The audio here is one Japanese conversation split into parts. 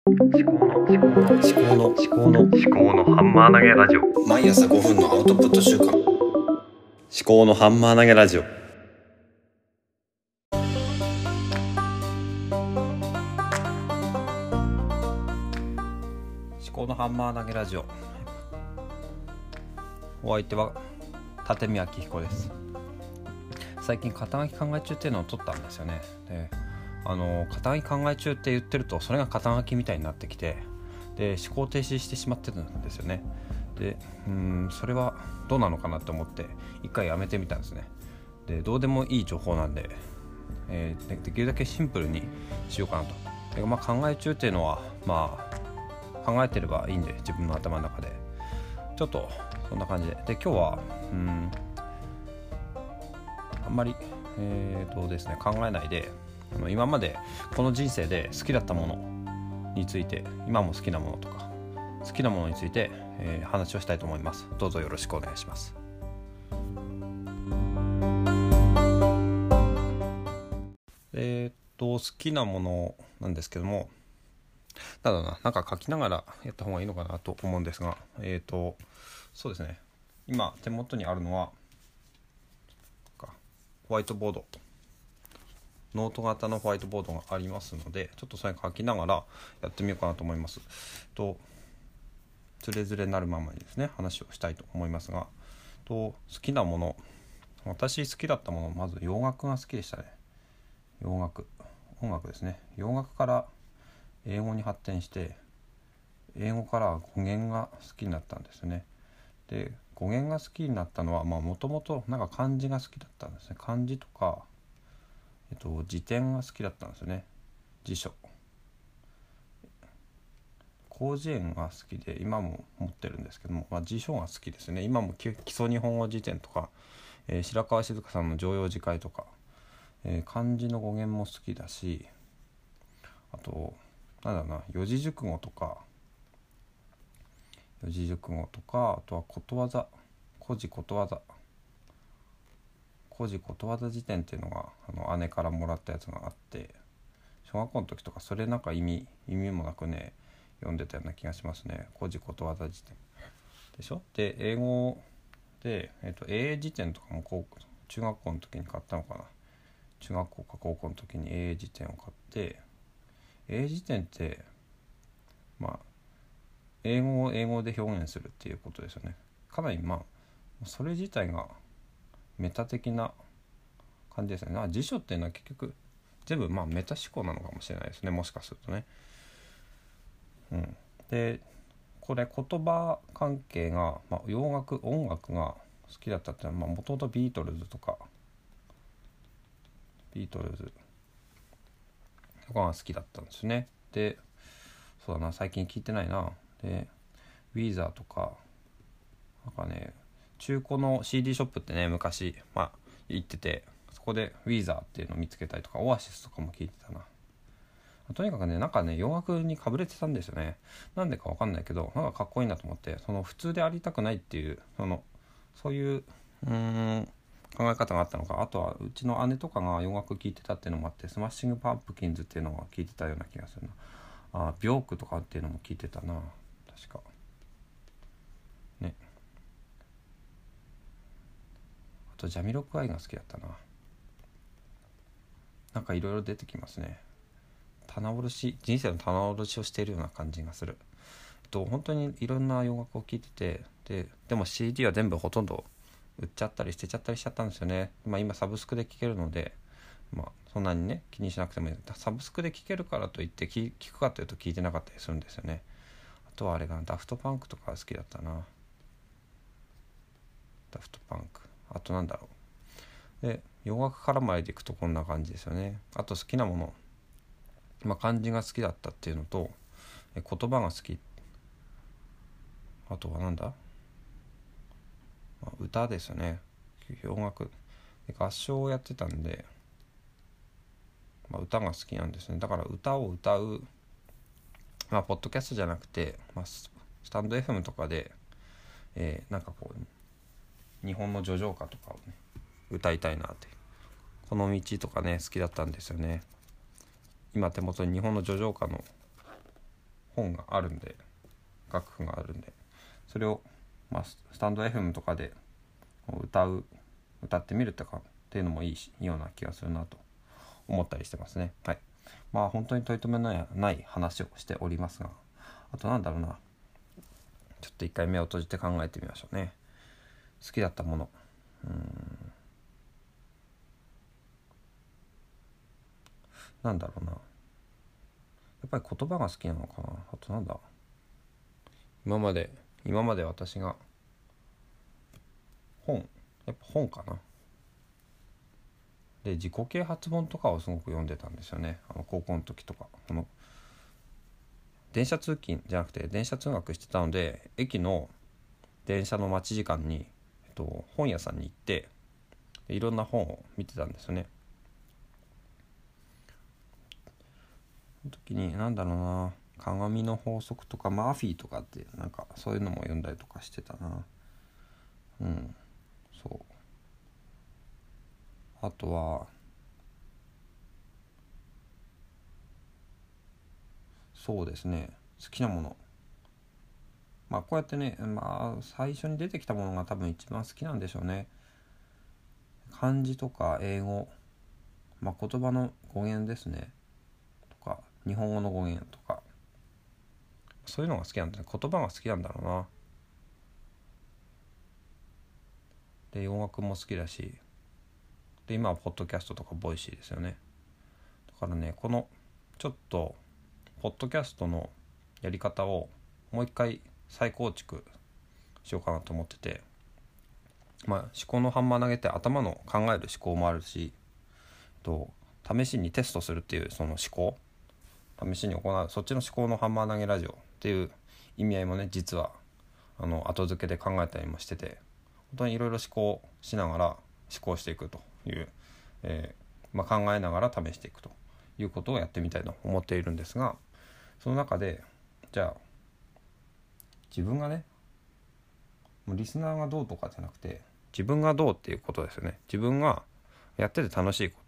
思考のハンマー投げラジオ。 毎朝5分のアウトプット週間。 思考のハンマー投げラジオ。思考のハンマー投げラジオ。お相手は立見明彦です。最近肩書き考え中っていうのを取ったんですよね。で、肩書き考え中って言ってるとそれが肩書きみたいになってきて、で思考停止してしまってるんですよね。で、それはどうなのかなと思って一回やめてみたんですね。で、どうでもいい情報なんで、できるだけシンプルにしようかなと。で、考え中っていうのは考えてればいいんで、自分の頭の中でちょっとそんな感じで、今日はあんまりですね、考えないで、今までこの人生で好きだったものについて、今も好きなものとか好きなものについて、話をしたいと思います。どうぞよろしくお願いします。好きなものなんですけども、なんか書きながらやった方がいいのかなと思うんですが、そうですね、今手元にあるのはホワイトボード、ノート型のホワイトボードがありますので、ちょっとそれ書きながらやってみようかなと思います。つれづれなるままにですね、話をしたいと思いますが、好きなもの、私好きだったもの、まず洋楽が好きでしたね。洋楽、音楽ですね。洋楽から英語に発展して、英語から語源が好きになったんですね。で、語源が好きになったのはもともと漢字が好きだったんですね。漢字とか、辞典が好きだったんですよね。辞書、広辞苑が好きで、今も持ってるんですけども、辞書が好きですね。今も基礎日本語辞典とか、白川静香さんの常用辞会とか、漢字の語源も好きだし、あと四字熟語とか、あとはことわざ、古事ことわ辞典っていうのが姉からもらったやつがあって、小学校の時とかそれ意味もなくね読んでたような気がしますね。古事ことわざ辞典でしょ。で、英語で、英辞典とかも中学校の時に買ったのかな。中学校か高校の時に英辞典を買って、英辞典って英語を英語で表現するっていうことですよね。かなりそれ自体がメタ的な感じですね。辞書っていうのは結局全部メタ思考なのかもしれないですね、もしかするとね。で、これ言葉関係が、洋楽、音楽が好きだったっていうのはもともとビートルズとかが好きだったんですね。で、そうだな、最近聞いてないな。で、ウィーザーとか中古の CD ショップってね、昔行ってて、そこでウィーザーっていうのを見つけたりとか、オアシスとかも聞いてたな。とにかくね、洋楽にかぶれてたんですよね。なんでかわかんないけど、かっこいいなと思って、普通でありたくないっていう、そういう考え方があったのか。あとはうちの姉とかが洋楽聴いてたっていうのもあって、スマッシングパンプキンズっていうのが聴いてたような気がするな。ビョークとかっていうのも聴いてたな、確かね。あとジャミロクワイが好きだったな。いろいろ出てきますね。人生の棚卸しをしているような感じがする。本当にいろんな洋楽を聴いてて、でも CD は全部ほとんど売っちゃったり捨てちゃったりしちゃったんですよね。今サブスクで聴けるので、そんなにね気にしなくてもいい。サブスクで聴けるからといって聴くかというと聴いてなかったりするんですよね。あとはダフトパンクとか好きだったな。ダフトパンク、あとで、洋楽からまでいくとこんな感じですよね。あと好きなもの、漢字が好きだったっていうのと、言葉が好き。あとは歌ですよね。洋楽合唱をやってたんで、歌が好きなんですね。だから歌を歌う、ポッドキャストじゃなくて、スタンド FM とかで、日本の叙情歌とかをね歌いたいなって。この道とかね好きだったんですよね。今手元に日本の叙情歌の本があるんで、楽譜があるんで、それを、スタンド FM とかで歌ってみるとかっていうのもいいような気がするなと思ったりしてますね。はい。本当に取り留めのない話をしておりますが、あとなんだろうな、ちょっと一回目を閉じて考えてみましょうね。好きだったもの、なんだろうな、やっぱり言葉が好きなのかな。あとなんだ、今まで私がやっぱ本かな。で、自己啓発本とかをすごく読んでたんですよね。高校の時とか、電車通勤じゃなくて電車通学してたので、駅の電車の待ち時間に、本屋さんに行っていろんな本を見てたんですよね。その時になんだろうな、鏡の法則とかマーフィーとかってなんかそういうのも読んだりとかしてたな。そう。あとはそうですね、好きなもの、こうやってね、最初に出てきたものが多分一番好きなんでしょうね。漢字とか英語、言葉の語源ですね、とか日本語の語源とか、そういうのが好きなんだね。言葉が好きなんだろうな。で、洋楽も好きだし、で今はポッドキャストとかボイシーですよね。だからね、このちょっとポッドキャストのやり方をもう一回再構築しようかなと思ってて、思考のハンマー投げて頭の考える思考もあるし、試しにテストするっていうその思考、試しに行うそっちの思考のハンマー投げラジオっていう意味合いもね、実は後付けで考えたりもしてて、本当にいろいろ思考しながら思考していくという、考えながら試していくということをやってみたいと思っているんですが、その中でじゃあ自分がね、もうリスナーがどうとかじゃなくて自分がどうっていうことですよね。自分がやってて楽しいこと、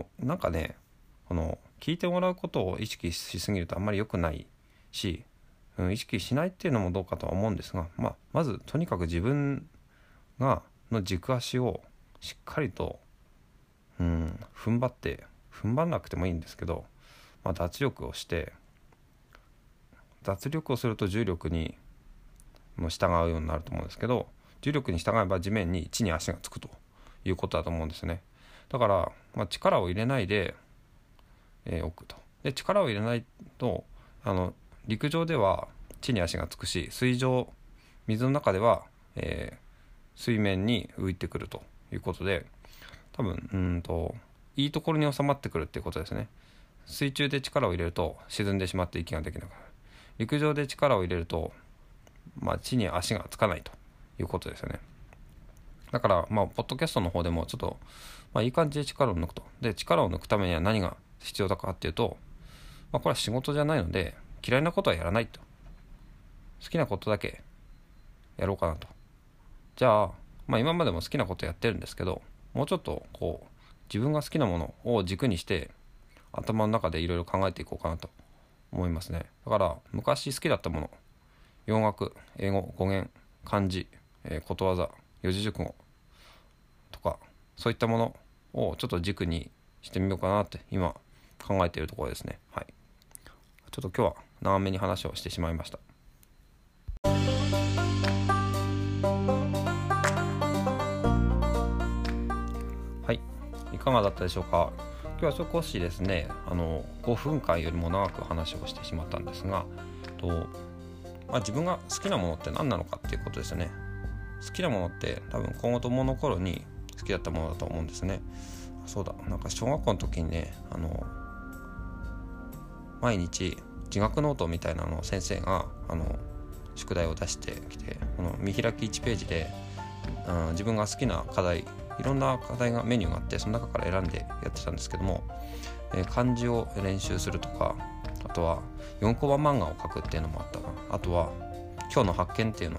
なんかね、聞いてもらうことを意識しすぎるとあんまり良くないし、意識しないっていうのもどうかとは思うんですが、まずとにかく自分の軸足をしっかりと踏ん張んなくてもいいんですけど、脱力をして脱力をすると重力に従うようになると思うんですけど、重力に従えば地面に地に足がつくということだと思うんですね。だから、力を入れないで、置くと。で、力を入れないと陸上では地に足がつくし、水の中では、水面に浮いてくるということで、多分いいところに収まってくるっていうことですね。水中で力を入れると沈んでしまって息ができなくなる。陸上で力を入れると、地に足がつかないということですよね。だからポッドキャストの方でもちょっと、いい感じで力を抜くと。で、力を抜くためには何が必要だかっていうと、これは仕事じゃないので嫌いなことはやらないと。好きなことだけやろうかなと。じゃあ、今までも好きなことやってるんですけど、もうちょっと自分が好きなものを軸にして頭の中でいろいろ考えていこうかなと思いますね。だから昔好きだったもの、洋楽、英語、語源、漢字、ことわざ、四字熟語とか、そういったものをちょっと軸にしてみようかなって今考えているところですね。はい。ちょっと今日は長めに話をしてしまいました。はい、いかがだったでしょうか。今日は少しですね、5分間よりも長く話をしてしまったんですが、自分が好きなものって何なのかっていうことですよね。好きなものって多分子供の頃に好きだったものだと思うんですね。そうだ、なんか小学校の時にね、毎日自学ノートみたいなのを先生が宿題を出してきて、見開き1ページで、自分が好きな課題、いろんな課題がメニューがあって、その中から選んでやってたんですけども、漢字を練習するとか、あとは4コマ漫画を描くっていうのもあったな。あとは今日の発見っていうの、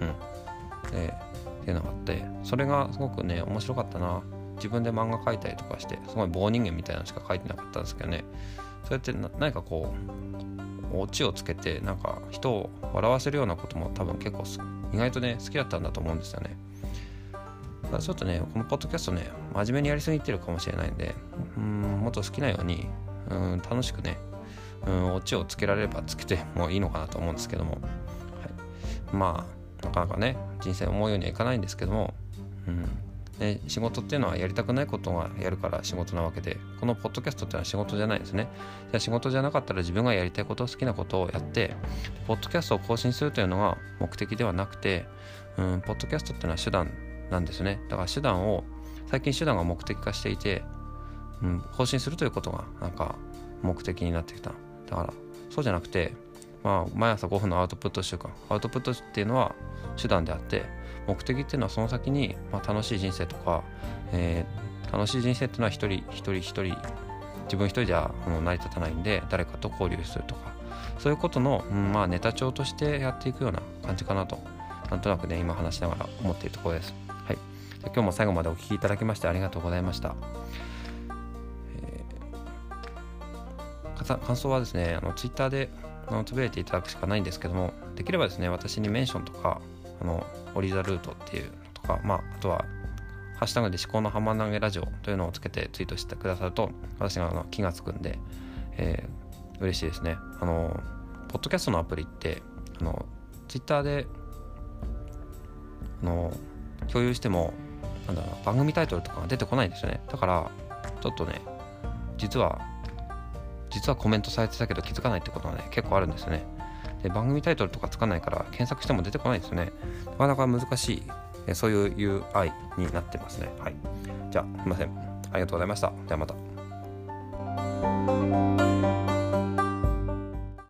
っていうのがあって、それがすごくね面白かったな。自分で漫画描いたりとかして、すごい棒人間みたいなのしか描いてなかったんですけどね、 そうやって何かこうオチをつけてなんか人を笑わせるようなことも多分結構意外とね好きだったんだと思うんですよね。だからちょっとねこのポッドキャストね真面目にやりすぎてるかもしれないんで、もっと好きなように楽しくねオチをつけられればつけてもいいのかなと思うんですけども、はい、まあなかなかね人生思うようにはいかないんですけども、仕事っていうのはやりたくないことがやるから仕事なわけで、このポッドキャストっていうのは仕事じゃないですね。じゃあ仕事じゃなかったら自分がやりたいこと好きなことをやってポッドキャストを更新するというのが目的ではなくて、ポッドキャストっていうのは手段なんですね。だから最近手段が目的化していて、更新するということがなんか目的になってきた。だからそうじゃなくて、毎朝5分のアウトプット習慣、アウトプットっていうのは手段であって目的っていうのはその先に、楽しい人生とか、楽しい人生っていうのは一人自分一人じゃ成り立たないんで誰かと交流するとかそういうことの、ネタ帳としてやっていくような感じかなとなんとなくね今話しながら思っているところです。はい、今日も最後までお聞きいただきましてありがとうございました。感想はですねツイッターでつぶやいていただくしかないんですけども、できればですね私にメンションとかオリザルートっていうのとか、あとはハッシュタグで思考のハンマー投げラジオというのをつけてツイートしてくださると私が気がつくんで、嬉しいですね。ポッドキャストのアプリってツイッターで共有しても番組タイトルとかが出てこないんですよね。だからちょっとね実はコメントされてたけど気づかないってことがね結構あるんですよね。で番組タイトルとかつかないから検索しても出てこないですよね。なかなか難しいそういう UI になってますね。はい、じゃあすいません、ありがとうございました。ではまた。